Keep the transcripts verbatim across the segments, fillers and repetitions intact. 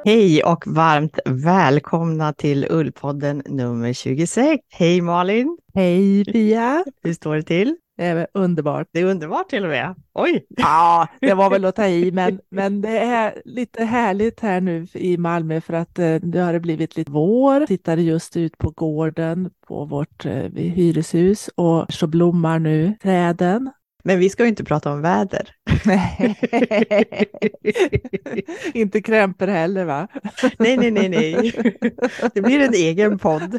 Hej och varmt välkomna till Ullpodden nummer tjugosex. Hej Malin! Hej Pia! Hur står det till? Det är väl underbart. Det är underbart till och med. Oj! Ja, det var väl att ta i, men, men det är lite härligt här nu i Malmö för att eh, det har blivit lite vår. Tittade just ut på gården på vårt eh, hyreshus och så blommar nu träden. Men vi ska ju inte prata om väder. Inte krämper heller va? nej, nej, nej, nej. Det blir en egen podd.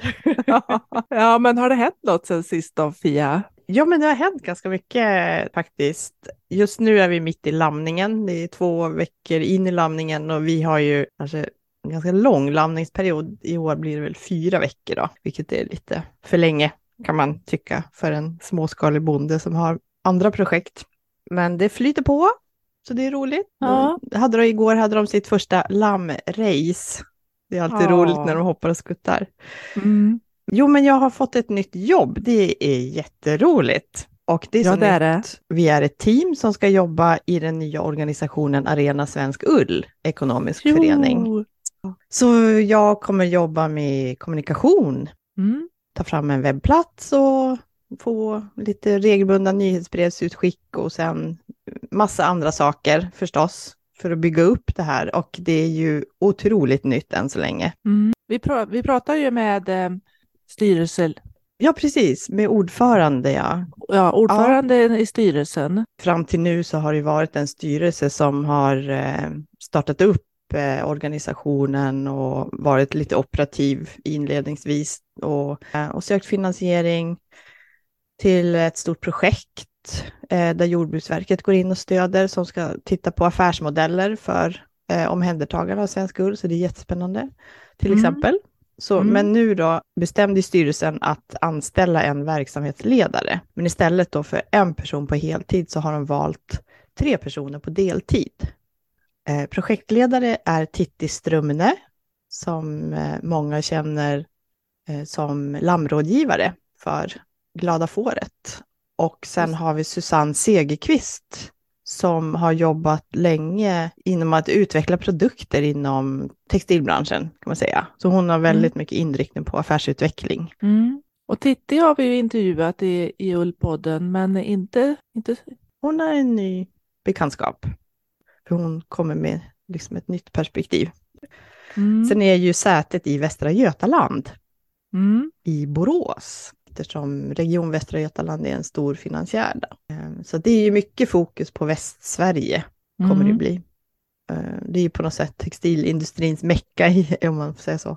Ja, men har det hänt något sen sist då, Fia? Ja, men det har hänt ganska mycket faktiskt. Just nu är vi mitt i lamningen. Det är två veckor in i lamningen och vi har ju kanske en ganska lång lamningsperiod. I år blir det väl fyra veckor då, vilket är lite för länge kan man tycka för en småskalig bonde som har andra projekt. Men det flyter på, så det är roligt. Ja. De hade de, igår hade de sitt första lammrace. Det är alltid Ja. roligt när de hoppar och skuttar. Mm. Jo, men jag har fått ett nytt jobb. Det är jätteroligt. Och det är så Ja, det är det. nytt. Vi är ett team som ska jobba i den nya organisationen Arena Svensk Ull, ekonomisk Jo. förening. Så jag kommer jobba med kommunikation, Mm. ta fram en webbplats och få lite regelbundna nyhetsbrevsutskick och sen massa andra saker förstås för att bygga upp det här. Och det är ju otroligt nytt än så länge. Mm. Vi, pr- vi pratar ju med eh, styrelsen, Ja, precis. Med ordförande, ja. ja, ordförande i styrelsen. Fram till nu så har det varit en styrelse som har eh, startat upp eh, organisationen och varit lite operativ inledningsvis och, eh, och sökt finansiering till ett stort projekt eh, där Jordbruksverket går in och stöder som ska titta på affärsmodeller för eh, omhändertagande av svensk ull. Så det är jättespännande till Mm. exempel. Så, Mm. Men nu då bestämde styrelsen att anställa en verksamhetsledare. Men istället då för en person på heltid så har de valt tre personer på deltid. Eh, projektledare är Titti Strömne som eh, många känner eh, som lammrådgivare för Glada fåret. Och sen har vi Susanne Segerqvist som har jobbat länge inom att utveckla produkter inom textilbranschen kan man säga. Så hon har väldigt Mm. mycket inriktning på affärsutveckling. Mm. Och Titti har vi ju intervjuat i, i Ullpodden, men inte, inte... Hon har en ny bekantskap. För hon kommer med liksom ett nytt perspektiv. Mm. Sen är ju sätet i Västra Götaland, Mm. i Borås. Eftersom Region Västra Götaland är en stor finansiär där. Så det är ju mycket fokus på Västsverige, kommer Mm. det bli. Det är ju på något sätt textilindustrins mecka, i, om man får säga så,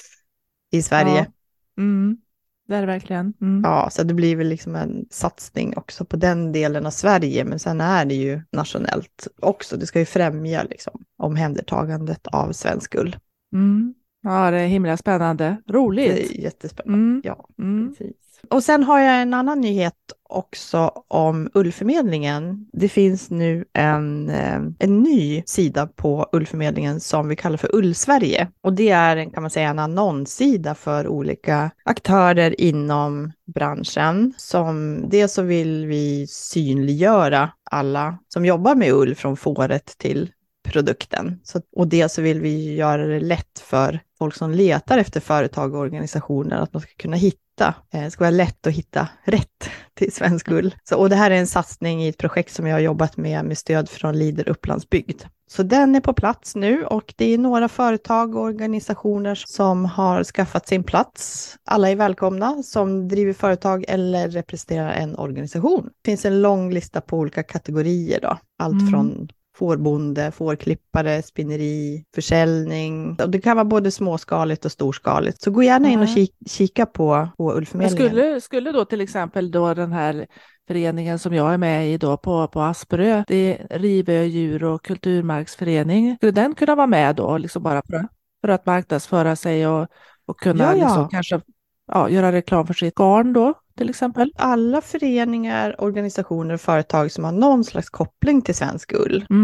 i Sverige. Ja. Mm. Det är det verkligen. Mm. Ja, så det blir väl liksom en satsning också på den delen av Sverige, men sen är det ju nationellt också. Det ska ju främja liksom omhändertagandet av svensk ull. Mm. Ja, det är himla spännande. Roligt. Det är jättespännande. Mm. Ja, Mm. precis. Och sen har jag en annan nyhet också om Ullförmedlingen. Det finns nu en, eh, en ny sida på Ullförmedlingen som vi kallar för Ullsverige. Och det är en, kan man säga, en annonssida för olika aktörer inom branschen. Som dels så vill vi synliggöra alla som jobbar med ull från fåret till produkten. Så, och dels så vill vi göra det lätt för folk som letar efter företag och organisationer att man ska kunna hitta. Det ska vara lätt att hitta rätt till svensk ull. Så, och det här är en satsning i ett projekt som jag har jobbat med med stöd från Lider Upplandsbygd. Så den är på plats nu och det är några företag och organisationer som har skaffat sin plats. Alla är välkomna som driver företag eller representerar en organisation. Det finns en lång lista på olika kategorier då. Allt Mm. från fårbonde, fårklippare, spinneri, försäljning. Och det kan vara både småskaligt och storskaligt. Så gå gärna in och Ja. kik- kika på, på Men Ullförmedlingen. skulle, skulle då till exempel då den här föreningen som jag är med i då på, på Asperö, det är Rivö djur- och kulturmarksförening. Skulle den kunna vara med då, liksom bara för, för att marknadsföra sig och, och kunna Ja, ja. Liksom, kanske ja, göra reklam för sitt garn då, till exempel? Alla föreningar, organisationer och företag som har någon slags koppling till svensk ull Mm.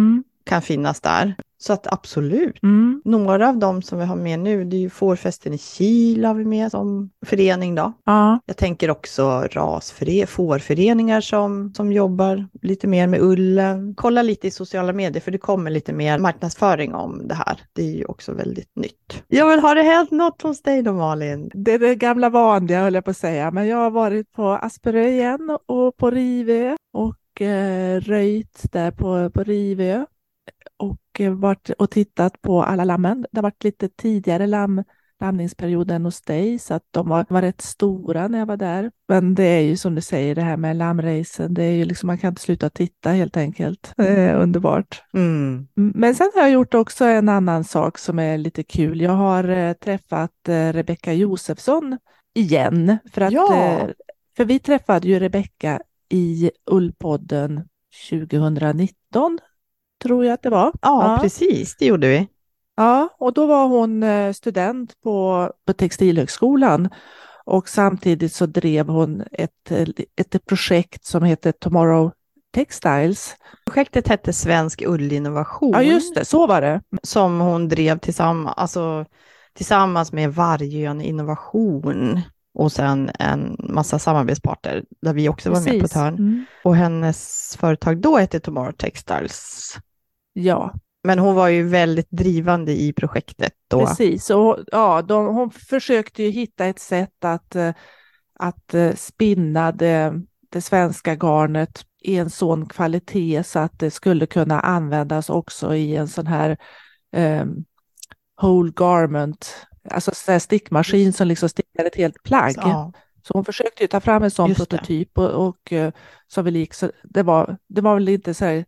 kan finnas där. Så att absolut. Mm. Några av dem som vi har med nu, det är ju Fårfesten i Kil har vi med som förening då. Ja. Jag tänker också rasföre- fårföreningar som, som jobbar lite mer med ullen. Kolla lite i sociala medier för det kommer lite mer marknadsföring om det här. Det är ju också väldigt nytt. Jag vill ha det hänt något hos dig då, Malin? Det är det gamla vanliga, höll jag på att säga. Men jag har varit på Asperö igen och på Rivö och eh, röjt där på, på Rivö. Och eh, varit och tittat på alla lammen. Det har varit lite tidigare lamm, lamningsperioden hos dig, så att de var, var rätt stora när jag var där. Men det är ju som du säger, det här med lammracen, det är ju liksom, man kan inte sluta titta helt enkelt. Det är underbart. Mm. Men sen har jag gjort också en annan sak som är lite kul. Jag har eh, träffat eh, Rebecka Josefsson igen. För, att, Ja. eh, för vi träffade ju Rebecka i Ullpodden tjugonitton, tror jag att det var. Ja, Ja. precis. Det gjorde vi. Ja, och då var hon eh, student på, på Textilhögskolan och samtidigt så drev hon ett, ett projekt som heter Tomorrow Textiles. Projektet hette Svensk ullinnovation. Ja, just det, så var det. Som hon drev tillsammans, alltså, tillsammans med Vargön Innovation och sen en massa samarbetspartner där vi också var med på ett Precis. hörn. Mm. Och hennes företag då hette Tomorrow Textiles. Ja, Men hon var ju väldigt drivande i projektet då. precis. Och, ja, de, hon försökte ju hitta ett sätt att, eh, att eh, spinna det, det svenska garnet i en sån kvalitet så att det skulle kunna användas också i en sån här um, whole garment, alltså så här stickmaskin som liksom stickar ett helt plagg. Ja. Så hon försökte ju ta fram en sån Just det. prototyp och, och uh, så väl gick, så det var, det var väl inte så här,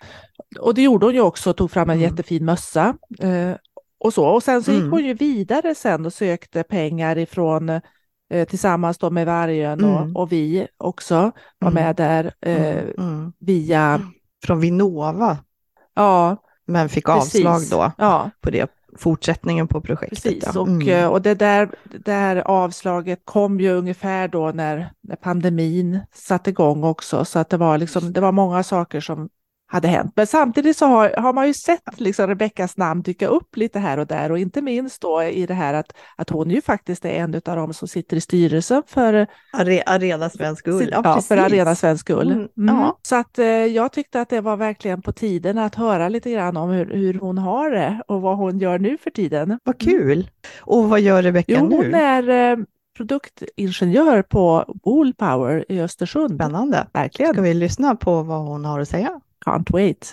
och det gjorde hon ju också, tog fram en Mm. jättefin mössa uh, och så. Och sen så gick Mm. hon ju vidare sen och sökte pengar ifrån uh, tillsammans då med Vargön och, Mm. och vi också var Mm. med där uh, Mm. Mm. via, Från Vinnova, ja, men fick precis. avslag då Ja, på det, fortsättningen på projektet. precis. Ja. Och, Mm. eh, och det där, det där avslaget kom ju ungefär då när, när pandemin satte igång också. Så att det var, liksom, det var många saker som hade hänt. Men samtidigt så har, har man ju sett liksom Rebeckas namn dyka upp lite här och där. Och inte minst då i det här att, att hon ju faktiskt är en av dem som sitter i styrelsen för Are, Arena Svensk Ull. Ja, ja, precis. för Arena Svensk Ull. Mm, Mm. ja. Så att eh, jag tyckte att det var verkligen på tiden att höra lite grann om hur, hur hon har det och vad hon gör nu för tiden. Vad kul. Och vad gör Rebecka Jo, nu? hon är eh, produktingenjör på Woolpower i Östersund. Spännande. Verkligen. Ska vi lyssna på vad hon har att säga? Can't wait.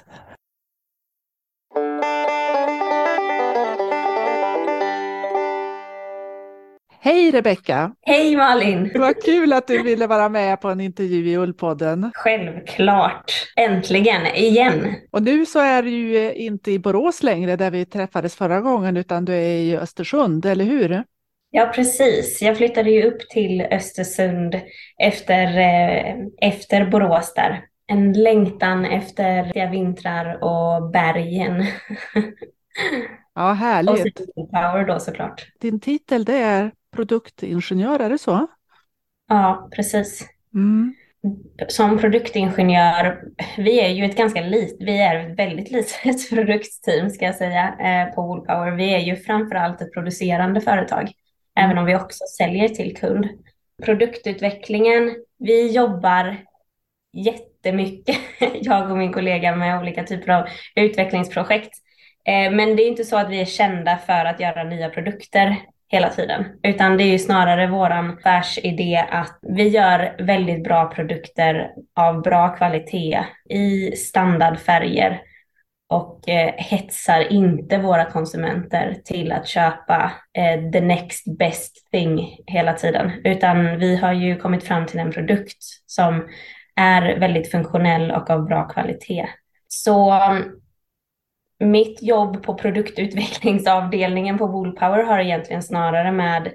Hej Rebecka! Hej Malin! Det var kul att du ville vara med på en intervju i Ullpodden. Självklart! Äntligen, igen! Och nu så är du ju inte i Borås längre där vi träffades förra gången utan du är i Östersund, eller hur? Ja, precis. Jag flyttade ju upp till Östersund efter, eh, efter Borås där. En längtan efter vintrar och bergen. Ja, Och härligt. Power då såklart. Din titel det är produktingenjör, är det så? Ja, precis. Mm. Som produktingenjör, vi är ju ett ganska litet, vi är ett väldigt litet produktteam ska jag säga eh, på Woolpower. Vi är ju framförallt ett producerande företag, mm. även om vi också säljer till kund. Produktutvecklingen, vi jobbar jättemycket, jag och min kollega med olika typer av utvecklingsprojekt. Eh, men det är inte så att vi är kända för att göra nya produkter hela tiden, utan det är ju snarare våran affärsidé att vi gör väldigt bra produkter av bra kvalitet i standardfärger och eh, hetsar inte våra konsumenter till att köpa eh, the next best thing hela tiden, utan vi har ju kommit fram till en produkt som är väldigt funktionell och av bra kvalitet. Så mitt jobb på produktutvecklingsavdelningen på Woolpower har egentligen snarare med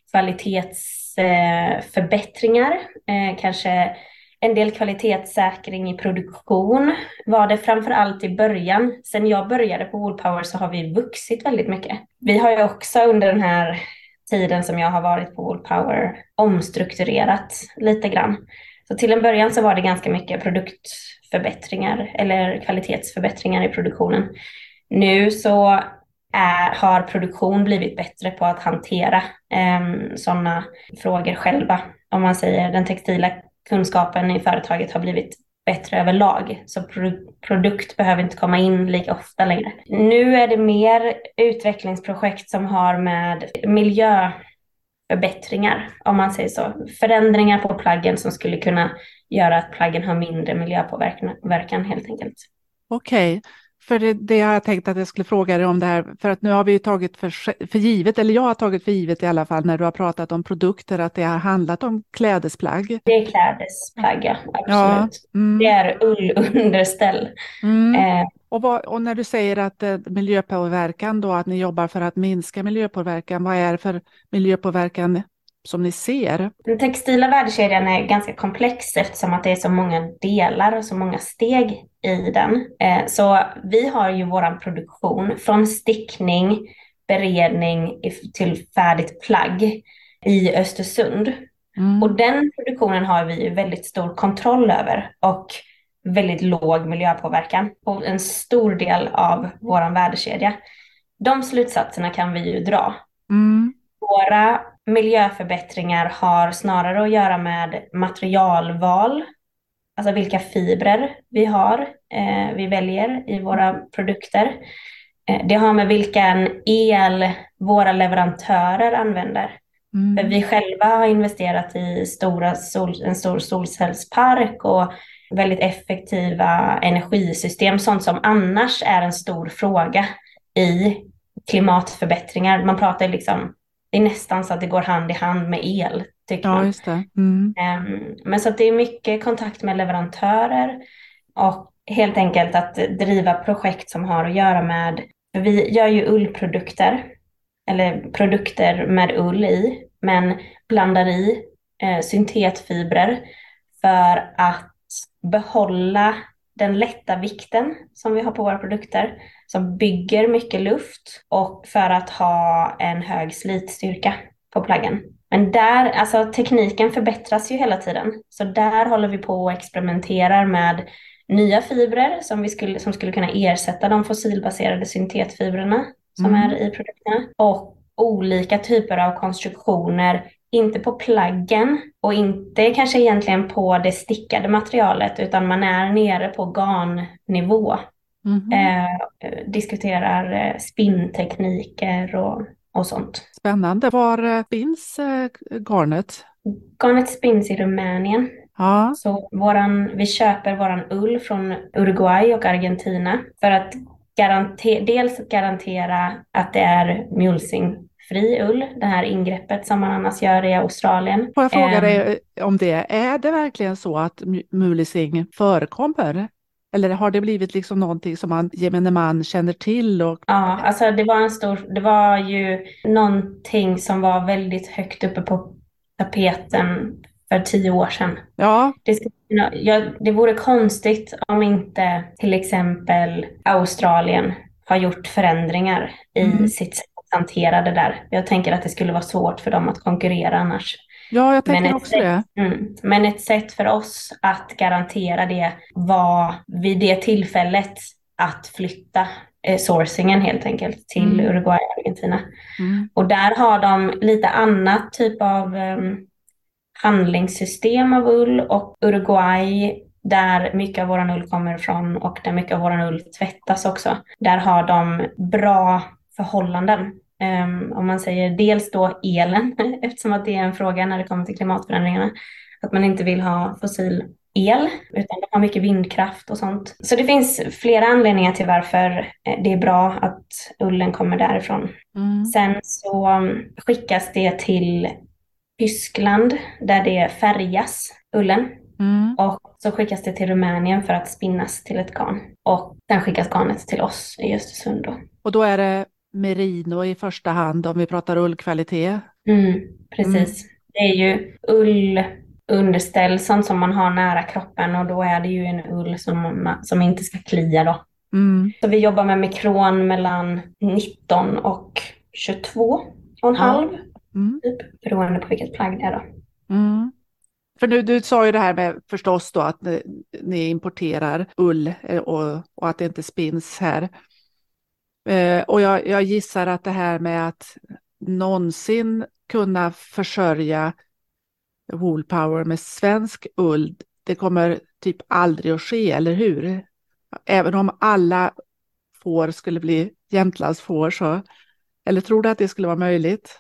kvalitetsförbättringar, eh, eh, kanske en del kvalitetssäkring i produktion var det framför allt i början. Sen jag började på Woolpower så har vi vuxit väldigt mycket. Vi har ju också under den här tiden som jag har varit på Woolpower omstrukturerat lite grann. Så till en början så var det ganska mycket produktförbättringar eller kvalitetsförbättringar i produktionen. Nu så är, har produktion blivit bättre på att hantera eh, sådana frågor själva. Om man säger den textila kunskapen i företaget har blivit bättre överlag. Så pro- produkt behöver inte komma in lika ofta längre. Nu är det mer utvecklingsprojekt som har med miljöförbättringar, om man säger så. Förändringar på plaggen som skulle kunna göra att plaggen har mindre miljöpåverkan helt enkelt. Okej. För det, det har jag tänkt att jag skulle fråga dig om det här, för att nu har vi ju tagit för, för givet, eller jag har tagit för givet i alla fall när du har pratat om produkter, att det har handlat om klädesplagg. Det är klädesplagg, ja, absolut. Ja, mm. Det är ullunderställ. Mm. Eh, och, vad, och när du säger att eh, miljöpåverkan då, att ni jobbar för att minska miljöpåverkan, vad är det för miljöpåverkan som ni ser? Den textila värdekedjan är ganska komplex eftersom att det är så många delar och så många steg i den. Eh, så vi har ju våran produktion från stickning, beredning till färdigt plagg i Östersund. Mm. Och den produktionen har vi ju väldigt stor kontroll över och väldigt låg miljöpåverkan på en stor del av våran värdekedja. De slutsatserna kan vi ju dra. Mm. Våra miljöförbättringar har snarare att göra med materialval, alltså vilka fibrer vi har, eh, vi väljer i våra produkter. Eh, det har med vilken el våra leverantörer använder. Mm. För vi själva har investerat i stora sol, en stor solcellspark och väldigt effektiva energisystem, sånt som annars är en stor fråga i klimatförbättringar. Man pratar liksom, det är nästan så att det går hand i hand med el, tycker ja, man. Just det. Mm. Um, men så att det är mycket kontakt med leverantörer och helt enkelt att driva projekt som har att göra med, vi gör ju ullprodukter, eller produkter med ull i, men blandar i eh, syntetfibrer för att behålla den lätta vikten som vi har på våra produkter, som bygger mycket luft, och för att ha en hög slitstyrka på plaggen. Men där, alltså tekniken förbättras ju hela tiden. Så där håller vi på och experimenterar med nya fibrer som, vi skulle, som skulle kunna ersätta de fossilbaserade syntetfibrerna som mm. är i produkterna. Och olika typer av konstruktioner, inte på plaggen och inte kanske egentligen på det stickade materialet, utan man är nere på garnnivå. Mm. Eh, diskuterar eh, spinntekniker och, och sånt. Spännande. Var spinns eh, garnet? Garnet spinns i Rumänien. Ja. Så våran, vi köper våran ull från Uruguay och Argentina för att garante, dels garantera att det är mulesing-fri ull, det här ingreppet som man annars gör i Australien. Får jag fråga um, dig om det, är det verkligen så att mulesing förekommer? Eller har det blivit liksom någonting som man, gemene man känner till? Och... Ja, alltså det var en stor, det var ju någonting som var väldigt högt uppe på tapeten för tio år sedan. Ja. Det, ja, det vore konstigt om inte till exempel Australien har gjort förändringar i mm. sitt sätt att hantera det där. Jag tänker att det skulle vara svårt för dem att konkurrera annars. Ja, jag tänker men också sätt, det. Mm, men ett sätt för oss att garantera det var vid det tillfället att flytta eh, sourcingen helt enkelt till mm. Uruguay och Argentina. Mm. Och där har de lite annat typ av um, handlingssystem av ull, och Uruguay, där mycket av våran ull kommer ifrån och där mycket av våran ull tvättas också. Där har de bra förhållanden. Um, om man säger dels då elen, eftersom att det är en fråga när det kommer till klimatförändringarna, att man inte vill ha fossil el, utan de har mycket vindkraft och sånt. Så det finns flera anledningar till varför det är bra att ullen kommer därifrån. Mm. Sen så skickas det till Tyskland där det färgas, ullen. Mm. Och så skickas det till Rumänien för att spinnas till ett garn. Och sen skickas garnet till oss i Östersund då. Och då är det merino i första hand om vi pratar ullkvalitet? Mm, precis. Mm. Det är ju ullunderställ, sånt som man har nära kroppen, och då är det ju en ull som, man, som inte ska klia då. Mm. Så vi jobbar med mikron mellan nitton och tjugotvå och en halv. Mm. Typ, beroende på vilket plagg det är då. Mm. För nu, du sa ju det här med förstås då att ni, ni importerar ull och, och att det inte spinns här. Eh, och jag, jag gissar att det här med att någonsin kunna försörja Woolpower med svensk ull, det kommer typ aldrig att ske, eller hur? Även om alla får skulle bli Jämtlands får, så, eller tror du att det skulle vara möjligt?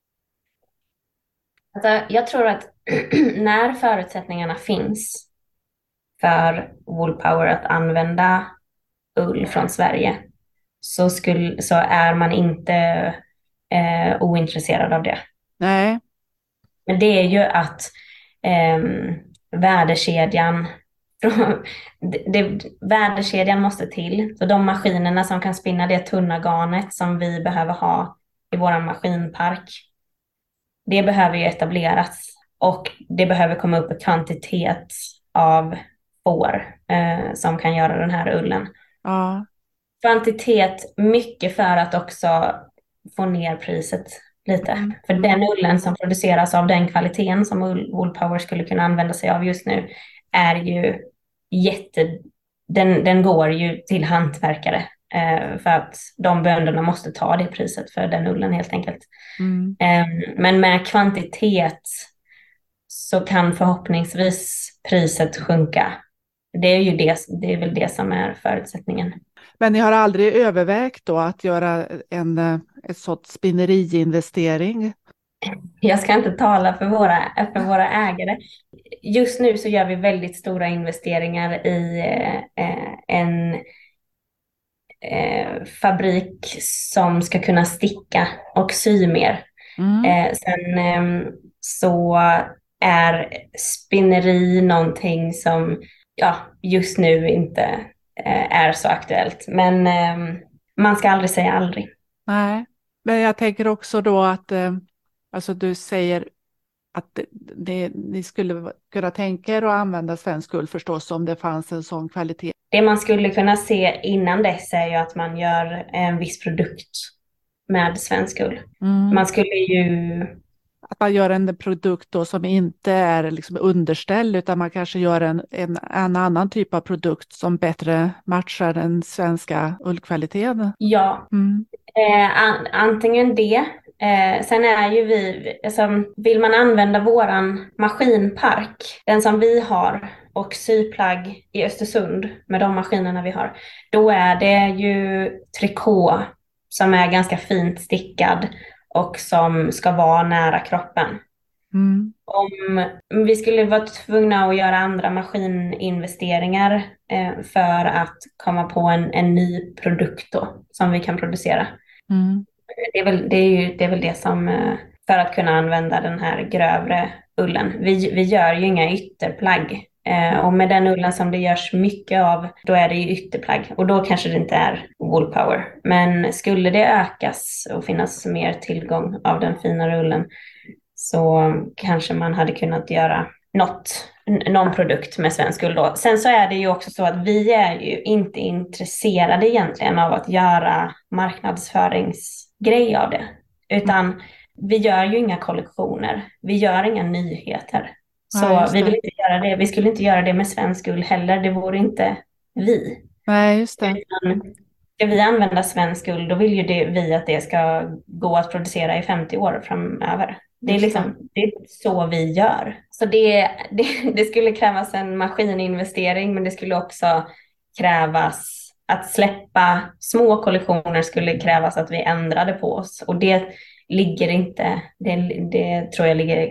Alltså, jag tror att när förutsättningarna finns för Woolpower att använda ull från Sverige så, skulle, så är man inte eh, ointresserad av det. Nej. Men det är ju att eh, värdekedjan, det, det, värdekedjan måste till. Så de maskinerna som kan spinna det tunna garnet som vi behöver ha i vår maskinpark, det behöver ju etableras och det behöver komma upp en kvantitet av får eh, som kan göra den här ullen. Ja. Kvantitet mycket för att också få ner priset lite. Mm. För den ullen som produceras av den kvaliteten som Woolpower skulle kunna använda sig av just nu är ju jätte... Den, den går ju till hantverkare eh, för att de bönderna måste ta det priset för den ullen helt enkelt. Mm. Eh, men med kvantitet så kan förhoppningsvis priset sjunka. Det är ju det, det är väl det som är förutsättningen. Men ni har aldrig övervägt då att göra en, ett sorts spinneriinvestering? Jag ska inte tala för våra, för våra ägare. Just nu så gör vi väldigt stora investeringar i eh, en eh, fabrik som ska kunna sticka och sy mer. Mm. Eh, sen eh, så är spinneri någonting som ja, just nu inte eh, är så aktuellt. Men eh, man ska aldrig säga aldrig. Nej, men jag tänker också då att eh, alltså du säger att det, det, ni skulle kunna tänka er att använda svensk ull förstås om det fanns en sån kvalitet. Det man skulle kunna se innan dess är ju att man gör en viss produkt med svensk ull. Mm. Man skulle ju... Att man gör en produkt då som inte är liksom underställd utan man kanske gör en, en, en annan typ av produkt som bättre matchar den svenska ullkvaliteten. Ja, Mm. eh, an, antingen det. Eh, sen är ju vi, alltså, vill man använda våran maskinpark, den som vi har, och syplagg i Östersund med de maskinerna vi har, då är det ju trikå som är ganska fint stickad och som ska vara nära kroppen. Mm. Om vi skulle vara tvungna att göra andra maskininvesteringar eh, för att komma på en, en ny produkt då, som vi kan producera. Mm. Det är väl det, är ju, det, är väl det som, eh, för att kunna använda den här grövre ullen. Vi, vi gör ju inga ytterplagg. Eh, och med den ullen som det görs mycket av, då är det ju ytterplagg. Och då kanske det inte är Woolpower. Men skulle det ökas och finnas mer tillgång av den finare ullen så kanske man hade kunnat göra något, någon produkt med svensk ull då. Sen så är det ju också så att vi är ju inte intresserade egentligen av att göra marknadsföringsgrej av det. Utan vi gör ju inga kollektioner. Vi gör inga nyheter. Så Ja, vi vill inte göra det. Vi skulle inte göra det med svensk ull heller. Det vore inte vi. Nej, just det. Utan ska vi använda svensk ull, då vill ju det, vi att det ska gå att producera i femtio år framöver. Det är, liksom, det är så vi gör. Så det, det, det skulle krävas en maskininvestering, men det skulle också krävas att släppa små kollektioner, skulle krävas att vi ändrade på oss. Och det ligger inte, det, det tror jag ligger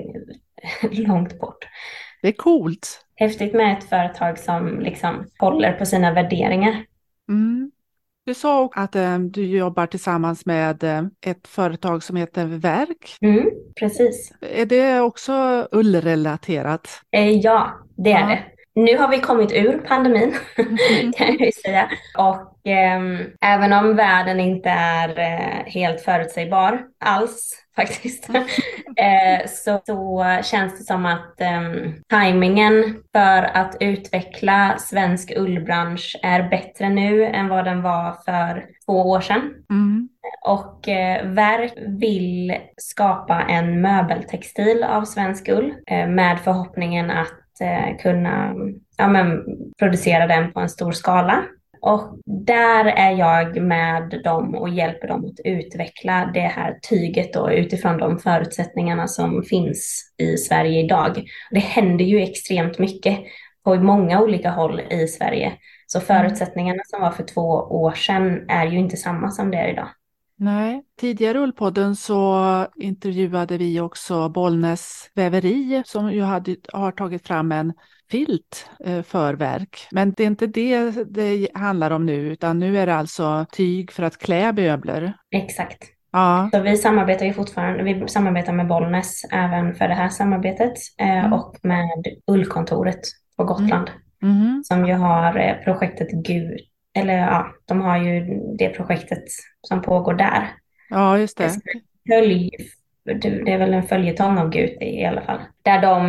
långt bort. Det är coolt. Häftigt med ett företag som liksom håller på sina värderingar. Mm. Du sa att eh, du jobbar tillsammans med eh, ett företag som heter Verk. Mm, precis. Är det också ullrelaterat? Eh, ja, det är Ja. det. nu har vi kommit ur pandemin kan jag ju säga. Och eh, även om världen inte är eh, helt förutsägbar alls faktiskt, eh, så, så känns det som att eh, tajmingen för att utveckla svensk ullbransch är bättre nu än vad den var för två år sedan. Mm. Och eh, Verk vill skapa en möbeltextil av svensk ull eh, med förhoppningen att eh, kunna ja, men, producera den på en stor skala. Och där är jag med dem och hjälper dem att utveckla det här tyget då, utifrån de förutsättningarna som finns i Sverige idag. Det händer ju extremt mycket på många olika håll i Sverige. Så förutsättningarna som var för två år sedan är ju inte samma som det är idag. Nej, tidigare i Ullpodden så intervjuade vi också Bollnäs väveri som ju hade, har tagit fram en filt för Verk. Men det är inte det det handlar om nu, utan nu är det alltså tyg för att klä möbler. Exakt. Ja. Så vi samarbetar ju fortfarande, vi samarbetar med Bollnäs även för det här samarbetet eh, mm. och med Ullkontoret på Gotland mm. Mm. som ju har eh, projektet Gud. Eller ja, de har ju det projektet som pågår där. Ja, just det. Följ, det är väl en följetong av Gud i alla fall. Där de,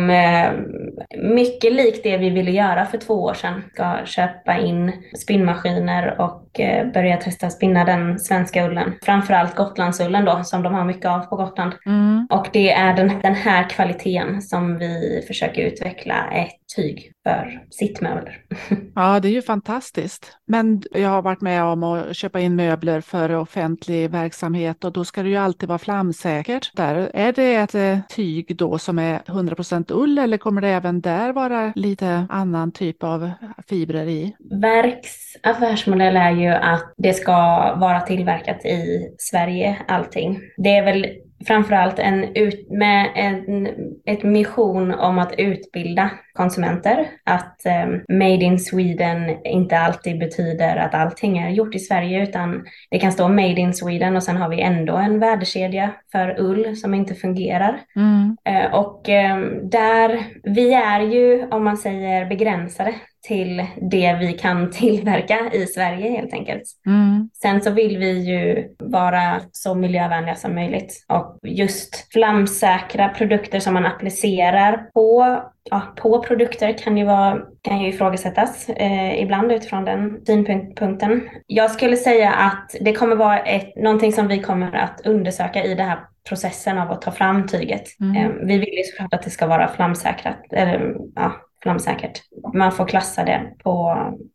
mycket likt det vi ville göra för två år sedan, ska köpa in spinnmaskiner och börja testa spinna den svenska ullen. Framförallt Gotlandsullen då, som de har mycket av på Gotland. Mm. Och det är den, den här kvaliteten som vi försöker utveckla ett tyg för sittmöbler. Ja, det är ju fantastiskt. Men jag har varit med om att köpa in möbler för offentlig verksamhet och då ska det ju alltid vara flamsäkert. Där är det ett tyg då som är hundra procent ull eller kommer det även där vara lite annan typ av fibrer i? Verks affärsmodell är ju att det ska vara tillverkat i Sverige allting. Det är väl framförallt en ut, med en ett mission om att utbilda konsumenter. Att um, Made in Sweden inte alltid betyder att allting är gjort i Sverige, utan det kan stå Made in Sweden och sen har vi ändå en värdekedja för ull som inte fungerar. Mm. Uh, och um, där, vi är ju, om man säger, begränsade till det vi kan tillverka i Sverige helt enkelt. Mm. Sen så vill vi ju vara så miljövänliga som möjligt. Och just flamsäkra produkter som man applicerar på, ja, på produkter kan ju, vara, kan ju ifrågasättas eh, ibland utifrån den synpunkten. Jag skulle säga att det kommer vara ett, någonting som vi kommer att undersöka i den här processen av att ta fram tyget. Mm. Eh, vi vill ju såklart att det ska vara flamsäkrat, eller ja, flamsäkert. Man får klassa det på,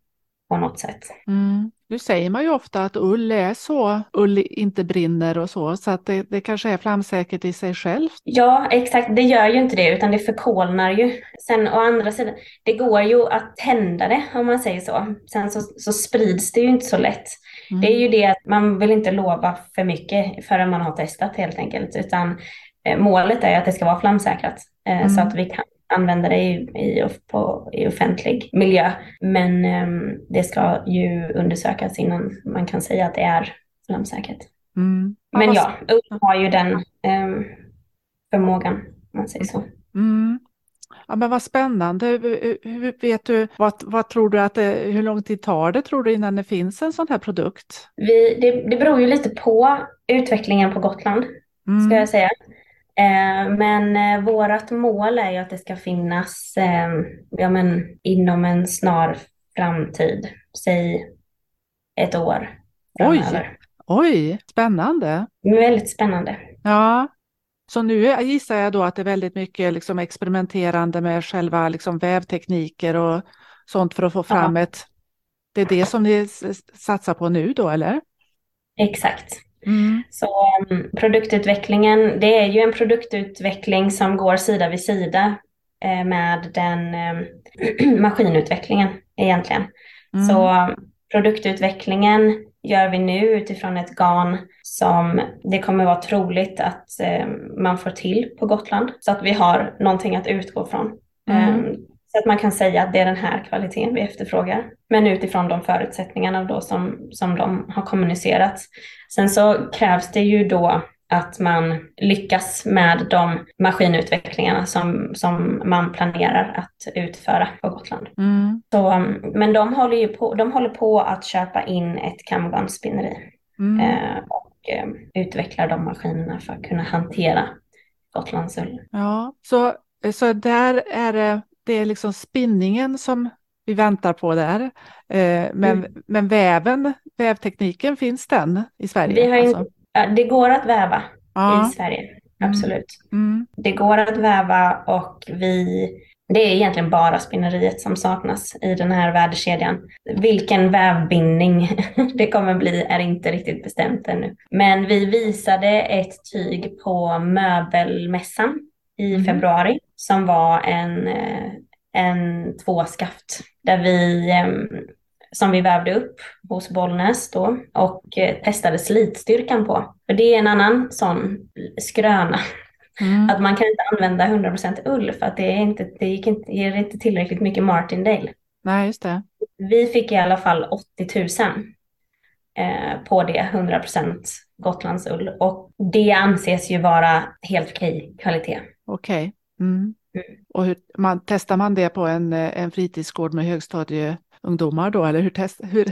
på något sätt. Mm. Nu säger man ju ofta att ull är så, ull inte brinner och så, så att det, det kanske är flamsäkert i sig själv. Ja, exakt. Det gör ju inte det, utan det förkolnar ju. Sen å andra sidan, det går ju att tända det, om man säger så. Sen så, så sprids det ju inte så lätt. Mm. Det är ju det att man vill inte lova för mycket förrän man har testat helt enkelt, utan eh, målet är att det ska vara flamsäkrat eh, mm. så att vi kan använda det i, i, på, i offentlig miljö. Men um, det ska ju undersökas innan man kan säga att det är flamsäkert. Mm. Men ja, ull har ju den um, förmågan, om man säger så. Mm. Ja, men vad spännande. Hur, vet du, vad, vad tror du att det, hur lång tid tar det tror du innan det finns en sån här produkt? Vi, det, det beror ju lite på utvecklingen på Gotland, mm. ska jag säga. Men eh, vårat mål är ju att det ska finnas eh, ja, men, inom en snar framtid, säg ett år framöver. Oj, oj, spännande. Väldigt spännande. Ja, så nu gissar jag då att det är väldigt mycket liksom, experimenterande med själva liksom, vävtekniker och sånt för att få fram ja. ett... Det är det som ni satsar på nu då, eller? Exakt. Mm. Så um, produktutvecklingen, det är ju en produktutveckling som går sida vid sida eh, med den um, maskinutvecklingen egentligen. Mm. Så um, produktutvecklingen gör vi nu utifrån ett garn som det kommer vara troligt att eh, man får till på Gotland, så att vi har någonting att utgå från. Mm. Um, Så att man kan säga att det är den här kvaliteten vi efterfrågar. Men utifrån de förutsättningarna då som, som de har kommunicerat. Sen så krävs det ju då att man lyckas med de maskinutvecklingarna som, som man planerar att utföra på Gotland. Mm. Så, men de håller ju på, de håller på att köpa in ett kamgarnsspinneri Mm. eh, och eh, utvecklar de maskinerna för att kunna hantera Gotlandsull. Ja, så, så där är det, det är liksom spinningen som vi väntar på där. Eh, men, Mm. men väven, vävtekniken, finns den i Sverige? Vi har alltså? inte, ja, det går att väva Ja. i Sverige, absolut. Mm. Det går att väva och vi, det är egentligen bara spinneriet som saknas i den här värdekedjan. Vilken vävbindning det kommer bli är inte riktigt bestämt ännu. Men vi visade ett tyg på möbelmässan i Mm. februari som var en, en tvåskaft där vi, som vi vävde upp hos Bollnäs då och testade slitstyrkan på. För det är en annan sån skröna. Mm. Att man kan inte använda hundra procent ull för att det, är inte, det gick inte, ger inte tillräckligt mycket Martindale. Nej, just det. Vi fick i alla fall åttio tusen eh, på det, hundra procent Gotlandsull. Och det anses ju vara helt okej kvalitet. Okej. Mm. Mm. Och hur, man, testar man det på en, en fritidsgård med högstadieungdomar då? Eller hur test, hur?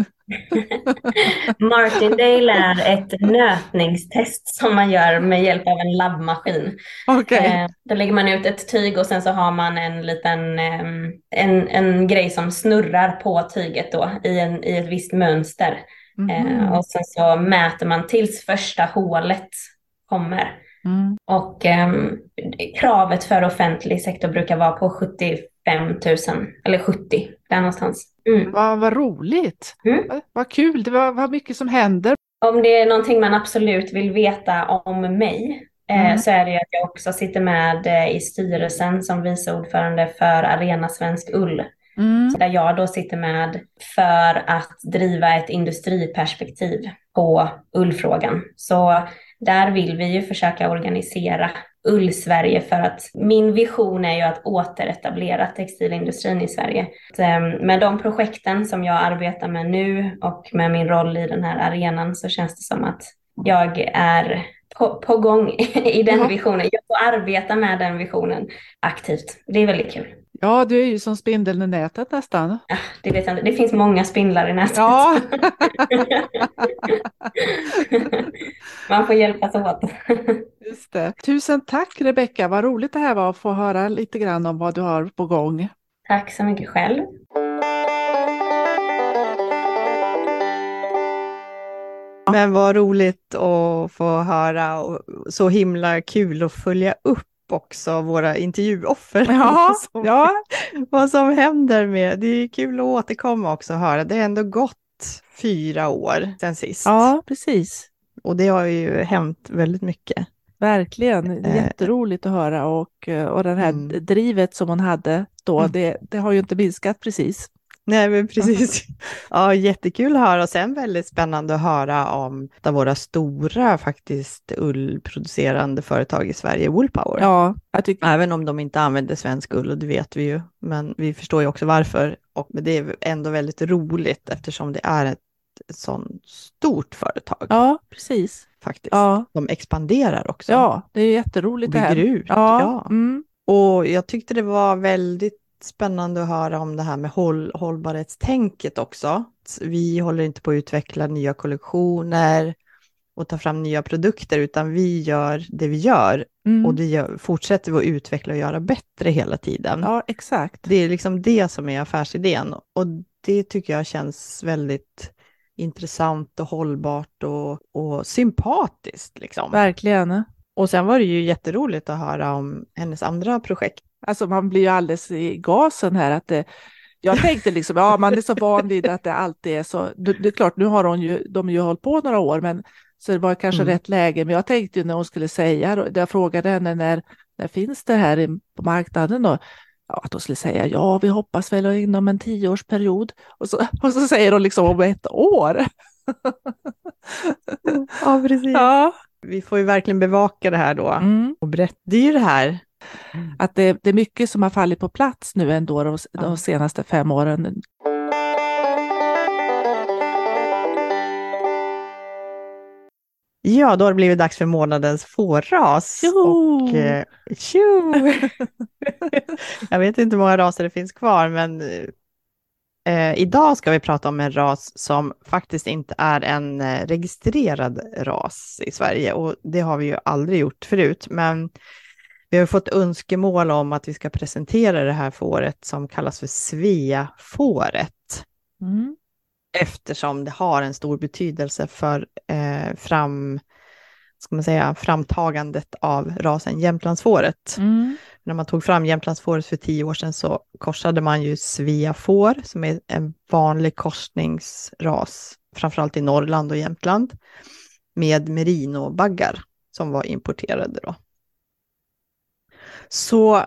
Martindale är ett nötningstest som man gör med hjälp av en labbmaskin. Okej. Eh, då lägger man ut ett tyg och sen så har man en liten eh, en, en grej som snurrar på tyget då i, en, i ett visst mönster. Mhm. Eh, och sen så mäter man tills första hålet kommer. Mm. Och eh, kravet för offentlig sektor brukar vara på sjuttiofem tusen eller sjuttio, där någonstans. Mm. Vad, vad roligt. Mm. Vad, vad kul. Det var vad mycket som händer. Om det är någonting man absolut vill veta om mig eh, Mm. så är det ju att jag också sitter med eh, i styrelsen som vice ordförande för Arena Svensk Ull. Mm. Där jag då sitter med för att driva ett industriperspektiv på ullfrågan. Så där vill vi ju försöka organisera Ull-Sverige för att min vision är ju att återetablera textilindustrin i Sverige. Med de projekten som jag arbetar med nu och med min roll i den här arenan så känns det som att jag är på, på gång i den Ja. visionen. Jag får arbeta med den visionen aktivt. Det är väldigt kul. Ja, du är ju som spindeln i nätet nästan. Ja, det vet jag inte. Det finns många spindlar i nätet. Ja. Man får hjälpas åt. Just det. Tusen tack Rebecka, vad roligt det här var att få höra lite grann om vad du har på gång. Tack så mycket själv. Men vad roligt att få höra och så himla kul att följa upp också våra intervjuoffer. Ja, som, ja. Vad som händer med, det är kul att återkomma också och höra. Det har ändå gått fyra år sedan sist. Ja, precis. Och det har ju hänt väldigt mycket. Verkligen, det är Eh. jätteroligt att höra och, och det här Mm. drivet som hon hade då, Mm. det, det har ju inte minskat precis. Nej, men precis. Ja, jättekul att höra och sen väldigt spännande att höra om av våra stora faktiskt ullproducerande företag i Sverige, Woolpower. Ja, jag tycker, Även om de inte använder svensk ull, och det vet vi ju, men vi förstår ju också varför. Och det är ändå väldigt roligt eftersom det är ett, ett sånt stort företag ja, precis. faktiskt. Ja, De expanderar också. ja, det är jätteroligt Och det här. bygger ut. Ja, Ja. Mm. Och jag tyckte det var väldigt spännande att höra om det här med håll, hållbarhetstänket också. Vi håller inte på att utveckla nya kollektioner och ta fram nya produkter, utan vi gör det vi gör Mm. och det gör, fortsätter vi att utveckla och göra bättre hela tiden. Ja, exakt. Det är liksom det som är affärsidén och det tycker jag känns väldigt intressant och hållbart och, och sympatiskt liksom. Verkligen. Och sen var det ju jätteroligt att höra om hennes andra projekt. Alltså man blir ju alldeles i gasen här att det, jag tänkte liksom, ja man är så van vid att det alltid är så, det, det är klart nu har hon ju, de har ju hållit på några år men så det var kanske Mm. rätt läge, men jag tänkte ju när hon skulle säga, jag frågade henne när, när finns det här i, på marknaden då, ja, att hon skulle säga, ja vi hoppas väl inom en tioårsperiod och så, och så säger hon liksom om ett år. Ja, precis. Ja. Vi får ju verkligen bevaka det här då Mm. och berätta. Det är ju det här. Att det, det är mycket som har fallit på plats nu ändå de, Ja. de senaste fem åren. Ja, då har det blivit dags för månadens fårras. Tjo! Och eh, tjo! Jag vet inte hur många raser det finns kvar, men eh, idag ska vi prata om en ras som faktiskt inte är en eh, registrerad ras i Sverige. Och det har vi ju aldrig gjort förut. Men vi har fått önskemål om att vi ska presentera det här fåret som kallas för Sveafåret. Mm. Eftersom det har en stor betydelse för eh, fram, ska man säga, framtagandet av rasen Jämtlandsfåret. Mm. När man tog fram Jämtlandsfåret för tio år sedan så korsade man ju Sveafår som är en vanlig korsningsras, framförallt i Norrland och Jämtland, med merinobaggar som var importerade då. Så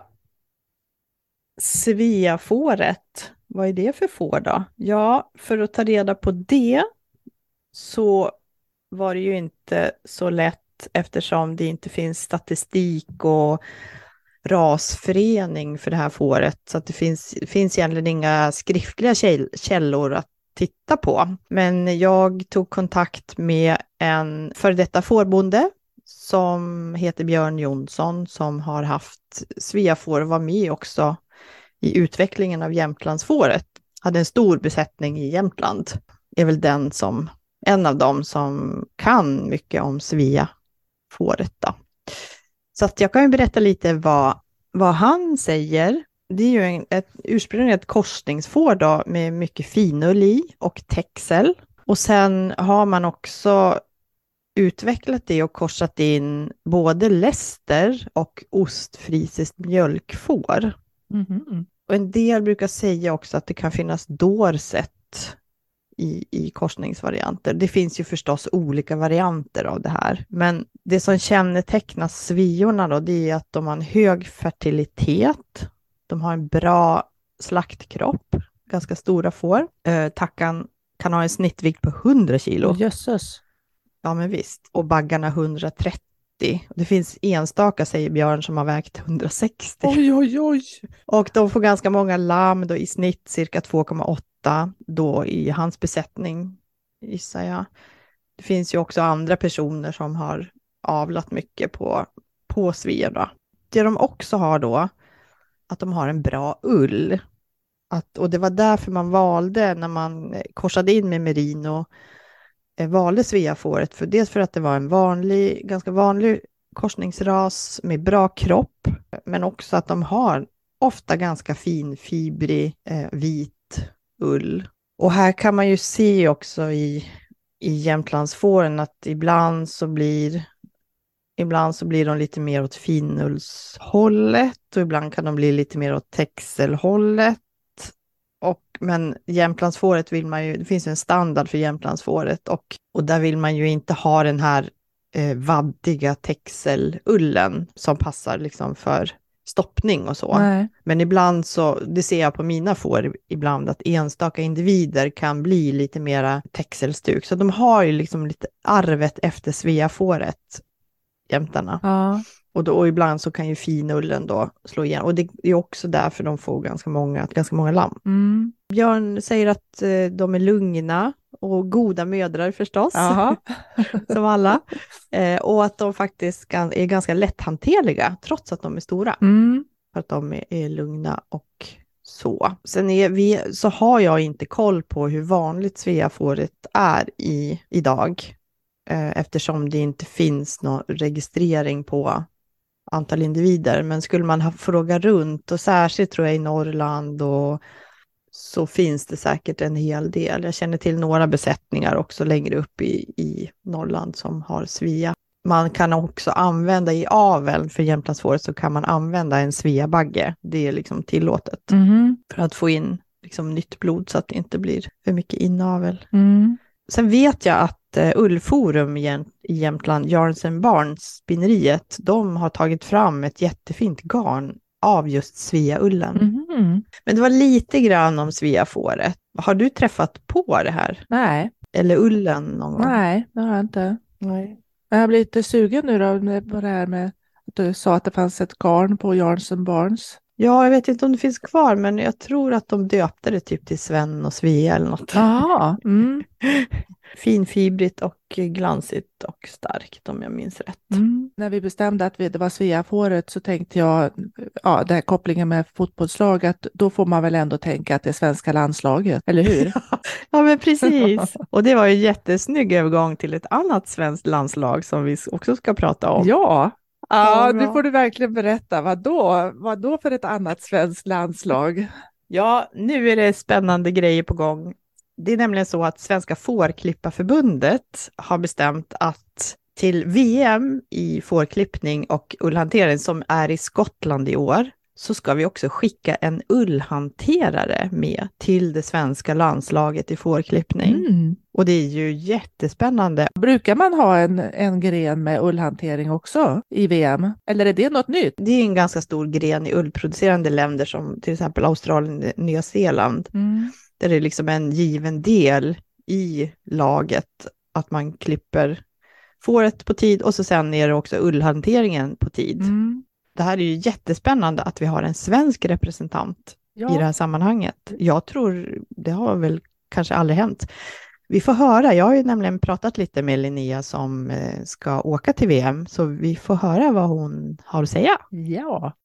Sveafåret, vad är det för får då? Ja, för att ta reda på det så var det ju inte så lätt eftersom det inte finns statistik och rasförening för det här fåret. Så att det finns, finns egentligen inga skriftliga käll, källor att titta på. Men jag tog kontakt med en före detta fårbonde som heter Björn Jonsson som har haft Sveafår och var med också i utvecklingen av Jämtlandsfåret. Hade en stor besättning i Jämtland. Är väl den som, en av dem som kan mycket om Sveafåret då. Så att jag kan ju berätta lite vad, vad han säger. Det är ju en, ett ursprungligen ett korsningsfår då med mycket finull i och texel. Och sen har man också utvecklat det och korsat in både läster och ostfrisiskt mjölkfår. Mm. Och en del brukar säga också att det kan finnas dorset i, i korsningsvarianter. Det finns ju förstås olika varianter av det här. Men det som kännetecknar sviorna då, det är att de har en hög fertilitet. De har en bra slaktkropp, ganska stora får. Eh, tackan kan ha en snittvikt på hundra kilo. Jösses. Ja, men visst. Och baggarna hundratrettio. Det finns enstaka, säger Björn, som har vägt hundrasextio. Oj, oj, oj. Och de får ganska många lamm då, i snitt cirka två komma åtta då i hans besättning, gissar jag. Det finns ju också andra personer som har avlat mycket på, på sviorna. Det de också har då, att de har en bra ull. Att, och det var därför man valde, när man korsade in med merino, valde Sveafåret, för dels för att det var en vanlig, ganska vanlig korsningsras med bra kropp, men också att de har ofta ganska finfibrig eh, vit ull. Och här kan man ju se också i, i Jämtlandsfåren att ibland så blir ibland så blir de lite mer åt finullshållet och ibland kan de bli lite mer åt texelhållet. Och, men Jämtlandsfåret vill man ju, det finns en standard för Jämtlandsfåret och, och där vill man ju inte ha den här eh, vaddiga texelullen som passar liksom för stoppning och så. Nej. Men ibland så, det ser jag på mina får ibland, att enstaka individer kan bli lite mera texelstuk. Så de har ju liksom lite arvet efter Sveafåret, jämtarna. Ja. Och, då, och ibland så kan ju finullen då slå igen. Och det är också därför de får ganska många, ganska många lamm. Mm. Björn säger att eh, de är lugna och goda mödrar förstås. Jaha. Som alla. Eh, och att de faktiskt kan, är ganska lätthanterliga trots att de är stora. Mm. För att de är, är lugna och så. Sen är vi, så har jag inte koll på hur vanligt Sveafåret är i, idag. Eh, eftersom det inte finns någon registrering på antal individer, men skulle man ha fråga runt och särskilt tror jag i Norrland och så finns det säkert en hel del. Jag känner till några besättningar också längre upp i, i Norrland som har svea. Man kan också använda i aveln för Jämtlandsfåret, så kan man använda en sveabagge. Det är liksom tillåtet Mm. för att få in liksom nytt blod så att det inte blir för mycket inavel. Mm. Sen vet jag att uh, Ullforum i Jämtland, Yarns and Barns, spinneriet, de har tagit fram ett jättefint garn av just sveaullen. Mm. Men det var lite grann om sveafåret. Har du träffat på det här? Nej. Eller ullen någon gång? Nej, det har jag inte. Nej. Jag har blivit lite sugen nu då med- på det här med att du sa att det fanns ett garn på Yarns and Barns. Ja, jag vet inte om det finns kvar, men jag tror att de döpte det typ till Sven och Svea eller något. Jaha. Mm. finfibrigt och glansigt och starkt om jag minns rätt. Mm. När vi bestämde att vi, det var Sveafåret så tänkte jag, ja, den här kopplingen med fotbollslag, att då får man väl ändå tänka att det är svenska landslaget, eller hur? Ja, men precis. Och det var ju en jättesnygg övergång till ett annat svenskt landslag som vi också ska prata om. Ja, ja, Ja, nu bra. får du verkligen berätta. Vad då? Vad då för ett annat svenskt landslag? Ja, nu är det spännande grejer på gång. Det är nämligen så att Svenska Fårklipparförbundet har bestämt att till V M i fårklippning och ullhantering som är i Skottland i år, så ska vi också skicka en ullhanterare med till det svenska landslaget i fårklippning. Mm. Och det är ju jättespännande. Brukar man ha en, en gren med ullhantering också i V M? Eller är det något nytt? Det är en ganska stor gren i ullproducerande länder som till exempel Australien och Nya Zeeland. Mm. Där det är liksom en given del i laget att man klipper fåret på tid och så sen är det också ullhanteringen på tid. Mm. Det här är ju jättespännande att vi har en svensk representant Ja. i det här sammanhanget. Jag tror det har väl kanske aldrig hänt. Vi får höra, jag har ju nämligen pratat lite med Linnea som eh, ska åka till V M, så vi får höra vad hon har att säga. Ja.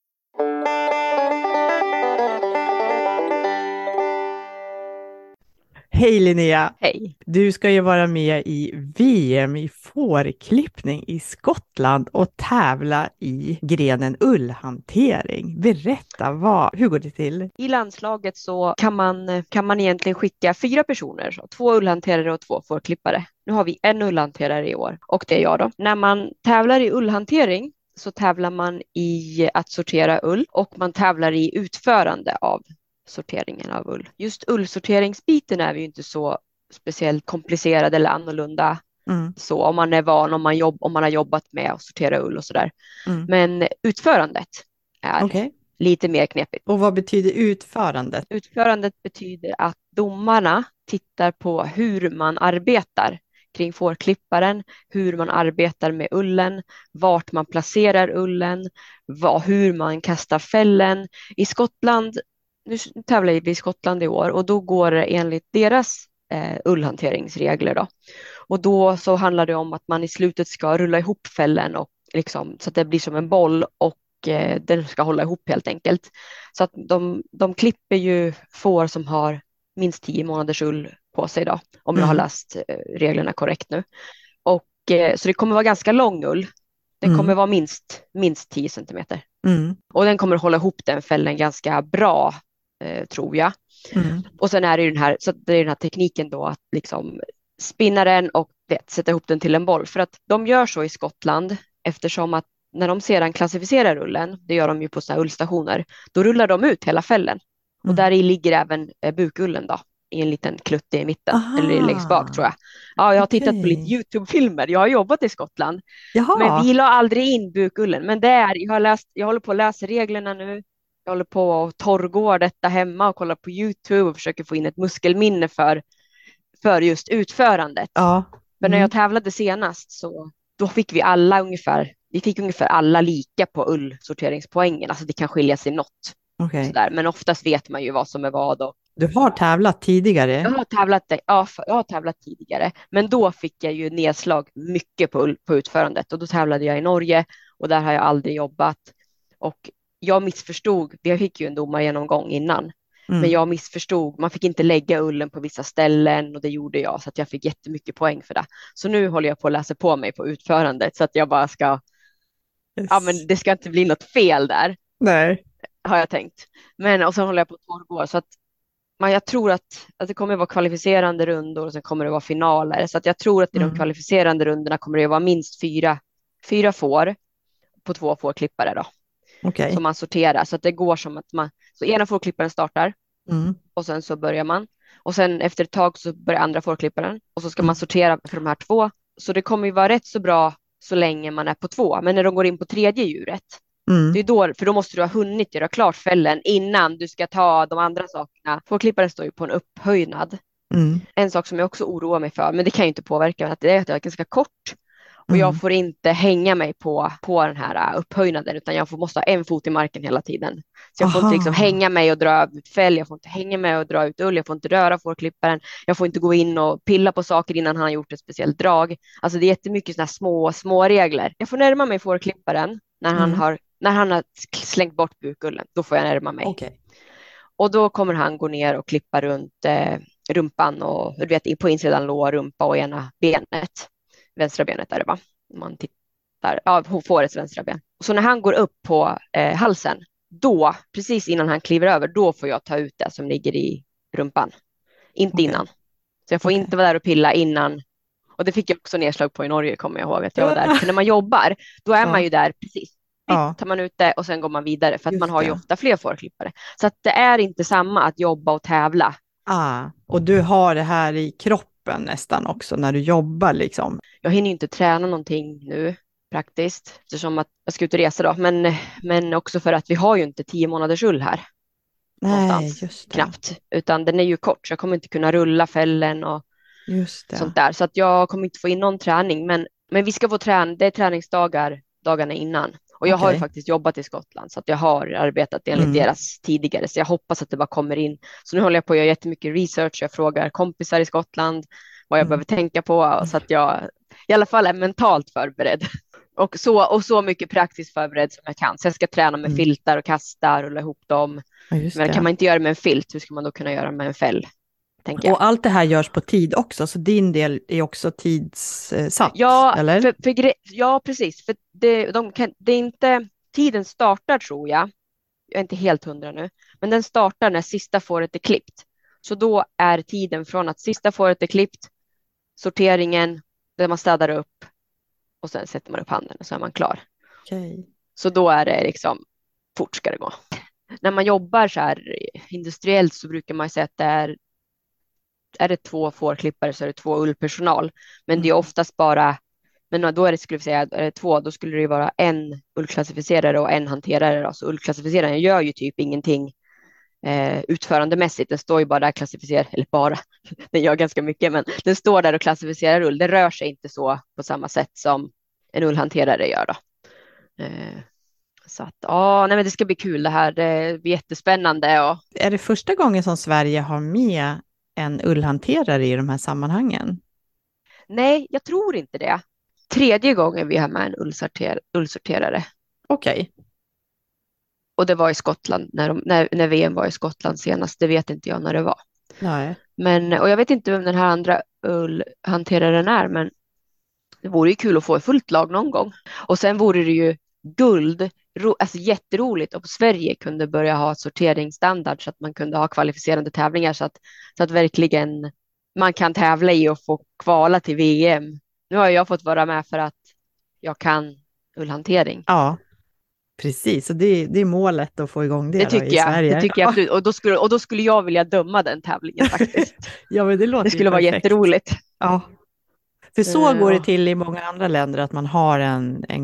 Hej Linnea! Hej. Du ska ju vara med i V M i fårklippning i Skottland och tävla i grenen ullhantering. Berätta, vad, hur går det till? I landslaget så kan man, kan man egentligen skicka fyra personer, så två ullhanterare och två fårklippare. Nu har vi en ullhanterare i år och det är jag då. När man tävlar i ullhantering så tävlar man i att sortera ull och man tävlar i utförande av sorteringen av ull. Just ullsorteringsbiten är vi ju inte så speciellt komplicerad eller annorlunda. Mm. Så om man är van, om man, jobb, om man har jobbat med att sortera ull och sådär. Mm. Men utförandet är Okej. lite mer knepigt. Och vad betyder utförandet? Utförandet betyder att domarna tittar på hur man arbetar kring fårklipparen, hur man arbetar med ullen, vart man placerar ullen, vad, hur man kastar fällen. I Skottland, nu tävlar vi i Skottland i år och då går det enligt deras eh, ullhanteringsregler då. Och då så handlar det om att man i slutet ska rulla ihop fällen och liksom, så att det blir som en boll och eh, den ska hålla ihop helt enkelt. Så att de, de klipper ju får som har minst tio månaders ull på sig då, om jag har Mm. läst eh, reglerna korrekt nu. Och, eh, så det kommer vara ganska lång ull. Den Mm. kommer vara minst, minst tio centimeter. Mm. Och den kommer hålla ihop den fällen ganska bra, eh, tror jag. Mm. Och sen är det ju den här, så det är den här tekniken då att liksom spinna den och vet, sätta ihop den till en boll. För att de gör så i Skottland eftersom att när de sedan klassificerar ullen, det gör de ju på såna ullstationer, då rullar de ut hela fällen. Mm. Och där i ligger även eh, bukullen då, i en liten klutt i mitten, Aha. eller längst bak tror jag. Ja, jag har tittat på Okej. lite YouTube-filmer, jag har jobbat i Skottland. Jaha. Men vi la aldrig in bukullen. Men det är, jag, har läst, jag håller på att läsa reglerna nu. Jag håller på att torrgår detta hemma och kollar på YouTube och försöker få in ett muskelminne för, för just utförandet. Ja. Men när Mm. jag tävlade senast så då fick vi alla ungefär, vi fick ungefär alla lika på ullsorteringspoängen. Alltså det kan skilja sig något. Okej. Sådär. Men oftast vet man ju vad som är vad. Och Du har tävlat tidigare? jag har tävlat, ja, jag har tävlat tidigare, men då fick jag ju nedslag mycket på, på utförandet och då tävlade jag i Norge och där har jag aldrig jobbat och jag missförstod, vi fick ju en domargenomgång innan, Mm. men jag missförstod, man fick inte lägga ullen på vissa ställen och det gjorde jag så att jag fick jättemycket poäng för det. Så nu håller jag på att läsa på mig på utförandet så att jag bara ska, Yes. ja men det ska inte bli något fel där, Nej. har jag tänkt. Men och sen håller jag på att torrgå så att men jag tror att, att det kommer att vara kvalificerande rundor och sen kommer det vara finaler. Så att jag tror att i Mm. de kvalificerande rundorna kommer det att vara minst fyra, fyra får på två fårklippare då. Okej. Som man sorterar. Så att det går som att man, så ena fårklipparen startar Mm. och sen så börjar man. Och sen efter ett tag så börjar andra fårklipparen och så ska Mm. man sortera för de här två. Så det kommer ju vara rätt så bra så länge man är på två. Men när de går in på tredje djuret, Mm. det är då, för då måste du ha hunnit göra klart fällen innan du ska ta de andra sakerna. Fårklipparen står ju på en upphöjnad. Mm. En sak som jag också oroar mig för, men det kan ju inte påverka, att det är att det är ganska kort. Och jag Mm. får inte hänga mig på, på den här upphöjnaden, utan jag får, måste ha en fot i marken hela tiden. Så jag får inte liksom Aha. hänga mig och dra ut fäll, jag får inte hänga mig och dra ut ull, jag får inte röra fårklipparen, jag får inte gå in och pilla på saker innan han har gjort ett speciellt drag. Alltså det är jättemycket såna här små, små regler. Jag får närma mig fårklipparen när han, Mm. har, när han har slängt bort bukullen, då får jag närma mig. Okej. Och då kommer han gå ner och klippa runt eh, rumpan och du vet, på insidan lår, rumpa och ena benet. Vänstra benet är det, va? Om man tittar, ja, fårets vänstra ben. Och så när han går upp på eh, halsen, då, precis innan han kliver över, då får jag ta ut det som ligger i rumpan. Inte Okej. innan. Så jag får Okej. inte vara där och pilla innan. Och det fick jag också nedslag på i Norge, kommer jag ihåg att jag var där. För när man jobbar, då är Ja. man ju där precis. Ja. Tar man ut det och sen går man vidare, för att Just man har ju det. ofta fler fårklippare. Så att det är inte samma att jobba och tävla. Ah, och du har det här i kroppen nästan också när du jobbar liksom. Jag hinner ju inte träna någonting nu praktiskt, eftersom att jag ska ut och resa då. Men, men också för att vi har ju inte tio månaders ull här. Nej, Någonstans, just det. knappt. Utan den är ju kort, så jag kommer inte kunna rulla fällen och Just det. sånt där. Så att jag kommer inte få in någon träning. Men, men vi ska få träna, det är träningsdagar dagarna innan. Och jag har ju Okej. faktiskt jobbat i Skottland, så att jag har arbetat enligt Mm. deras tidigare. Så jag hoppas att det bara kommer in. Så nu håller jag på att göra jättemycket research. Jag frågar kompisar i Skottland vad jag Mm. behöver tänka på. Så att jag i alla fall är mentalt förberedd. Och så, och så mycket praktiskt förberedd som jag kan. Så jag ska träna med Mm. filtar och kasta, rulla ihop dem. Ja, just Men det. kan man inte göra med en filt, hur ska man då kunna göra med en fäll? Tänker jag. Och allt det här görs på tid också, så din del är också tidssatt, Ja, eller? för, för, gre- ja, precis. För det, de kan, det är inte, tiden startar tror jag. Jag är inte helt hundra nu. Men den startar när sista fåret är klippt. Så då är tiden från att sista fåret är klippt, sorteringen, där man städar upp och sen sätter man upp handen och så är man klar. Okej. Så då är det liksom, fort ska det gå. När man jobbar så här industriellt så brukar man säga att det är, är det två fårklippare så är det två ullpersonal. Men det är Mm. oftast bara, men då är det, skulle vi säga, är det två, då skulle det ju vara en ullklassificerare och en hanterare. Då. Så ullklassificeraren gör ju typ ingenting eh, utförandemässigt. Den står ju bara där klassificerar, eller bara, den gör ganska mycket, men den står där och klassificerar ull. Det rör sig inte så på samma sätt som en ullhanterare gör då. Eh, så att, ja, nej men det ska bli kul det här. Det blir jättespännande. Och... Är det första gången som Sverige har med en ullhanterare i de här sammanhangen? Nej, jag tror inte det. Tredje gången vi har med en ullsorter- ullsorterare. Okej. Och det var i Skottland, när, de, när, när V M var i Skottland senast. Det vet inte jag när det var. Nej. Men, och jag vet inte vem den här andra ullhanteraren är, men det vore ju kul att få ett fullt lag någon gång. Och sen vore det ju guld, ro, alltså jätteroligt om Sverige kunde börja ha sorteringsstandard så att man kunde ha kvalificerande tävlingar så att, så att verkligen man kan tävla i och få kvala till V M. Nu har jag fått vara med för att jag kan ullhantering. Ja, precis. Och det, det är målet att få igång det, Det då, tycker i jag. Sverige. Det tycker jag absolut. Och då skulle, och då skulle jag vilja döma den tävlingen faktiskt. Ja, men det låter Det ju skulle vara perfekt. jätteroligt. Ja. För så Eh, går det ja. till i många andra länder, att man har en, en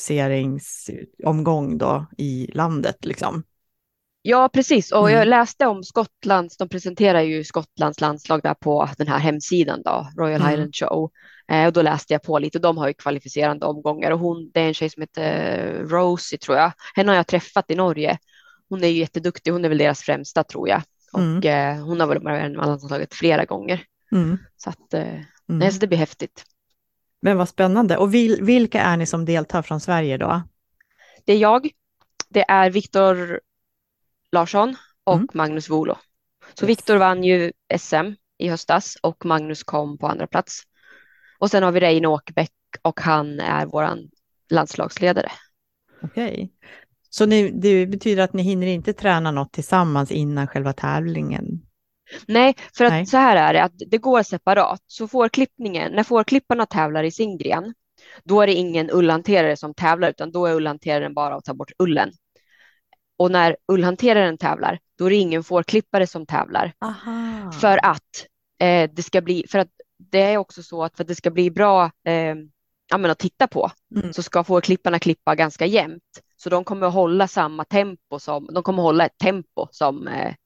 kvalificeringsomgång då i landet liksom. Ja, precis. Och Mm. jag läste om Skottlands, de presenterar ju Skottlands landslag där på den här hemsidan då, Royal Mm. Highland Show. Eh, och då läste jag på lite och de har ju kvalificerande omgångar och hon, det är en tjej som heter Rosie tror jag. Henne har jag träffat i Norge. Hon är ju jätteduktig, hon är väl deras främsta tror jag. Och Mm. eh, hon har väl varit med i landslaget flera gånger. Mm. Så att, eh, Mm. nej, så det blir häftigt. Men vad spännande. Och vil, vilka är ni som deltar från Sverige då? Det är jag, det är Viktor Larsson och Mm. Magnus Volo. Så Yes. Viktor vann ju S M i höstas och Magnus kom på andra plats. Och sen har vi Reine Åkerbäck och han är våran landslagsledare. Okej. Så ni, det betyder att ni hinner inte träna något tillsammans innan själva tävlingen? Nej, för att Nej. så här är det att det går separat. Så fårklippningen, när fårklipparna tävlar i sin gren, då är det ingen ullhanterare som tävlar utan då är ullhanteraren bara att ta bort ullen. Och när ullhanteraren tävlar, då är det ingen fårklippare som tävlar. Aha. För att eh, det ska bli, för att det är också så att för att det ska bli bra eh, ja, men att titta på Mm. så ska fårklipparna klippa ganska jämnt. Så de kommer att hålla samma tempo som, de kommer att hålla ett tempo som, eh,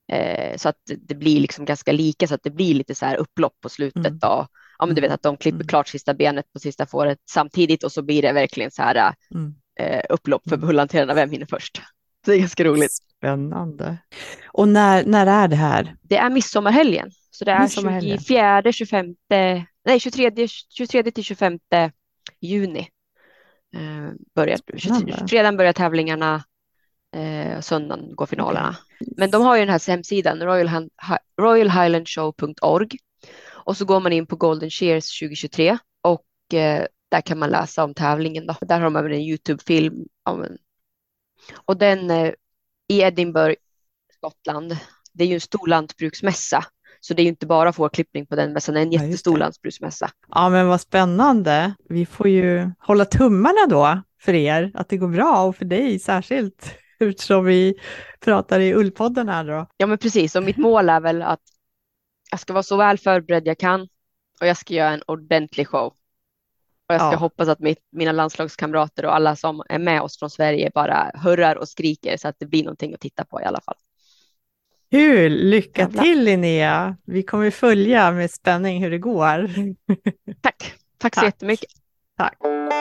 Eh, så att det blir liksom ganska lika, så att det blir lite så här upplopp på slutet. Mm. Då. Ja, men du vet att de klipper mm. klart sista benet på sista fåret samtidigt och så blir det verkligen så här mm. eh, upplopp för bullhanterarna, vem hinner först. Det är ganska roligt. Spännande. Och när, när är det här? Det är midsommarhelgen. Så det är tjugofjärde, tjugofemte, nej tjugotredje, tjugotredje till tjugofemte juni. Eh, börjar, fredagen börjar tävlingarna, eh, söndagen går finalerna. Okay. Men de har ju den här hemsidan, royal, royal highland show punkt org. Och så går man in på Golden Shears tjugohundratjugotre och eh, där kan man läsa om tävlingen. Då. Där har de även en YouTube-film. Om en... Och den eh, i Edinburgh, Skottland, det är ju en stor lantbruksmässa. Så det är ju inte bara fårklippning på den mässan, det är en jättestor ja, lantbruksmässa. Ja, men vad spännande. Vi får ju hålla tummarna då för er, att det går bra, och för dig särskilt, eftersom vi pratar i Ullpodden här då. Ja, men precis. Och mitt mål är väl att jag ska vara så väl förberedd jag kan och jag ska göra en ordentlig show. Och jag ska ja. hoppas att mitt, mina landslagskamrater och alla som är med oss från Sverige bara hurrar och skriker så att det blir någonting att titta på i alla fall. Kul! Lycka Jävlar. till Linnea! Vi kommer följa med spänning hur det går. Tack! Tack så Tack. jättemycket! Tack!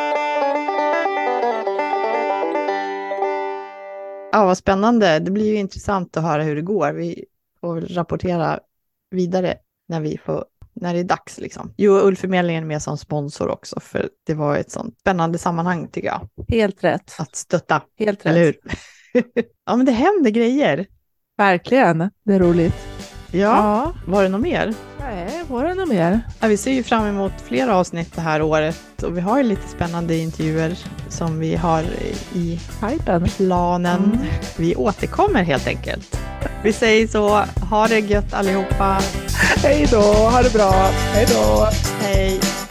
Ja, vad spännande. Det blir ju intressant att höra hur det går. Vi får rapportera vidare när vi får, när det är dags liksom. Jo, Ullförmedlingen är med som sponsor också, för det var ett sånt spännande sammanhang tycker jag. Helt rätt. Att stötta. Helt eller rätt. Hur? Ja, men det händer grejer. Verkligen, det är roligt. Ja, ja. Var det något mer? Nej, var det något mer? Ja, vi ser ju fram emot flera avsnitt det här året och vi har ju lite spännande intervjuer som vi har i Pipen. planen. Mm. Vi återkommer helt enkelt. Vi säger så, ha det gött allihopa. Hej då, ha det bra. Hej då. Hej.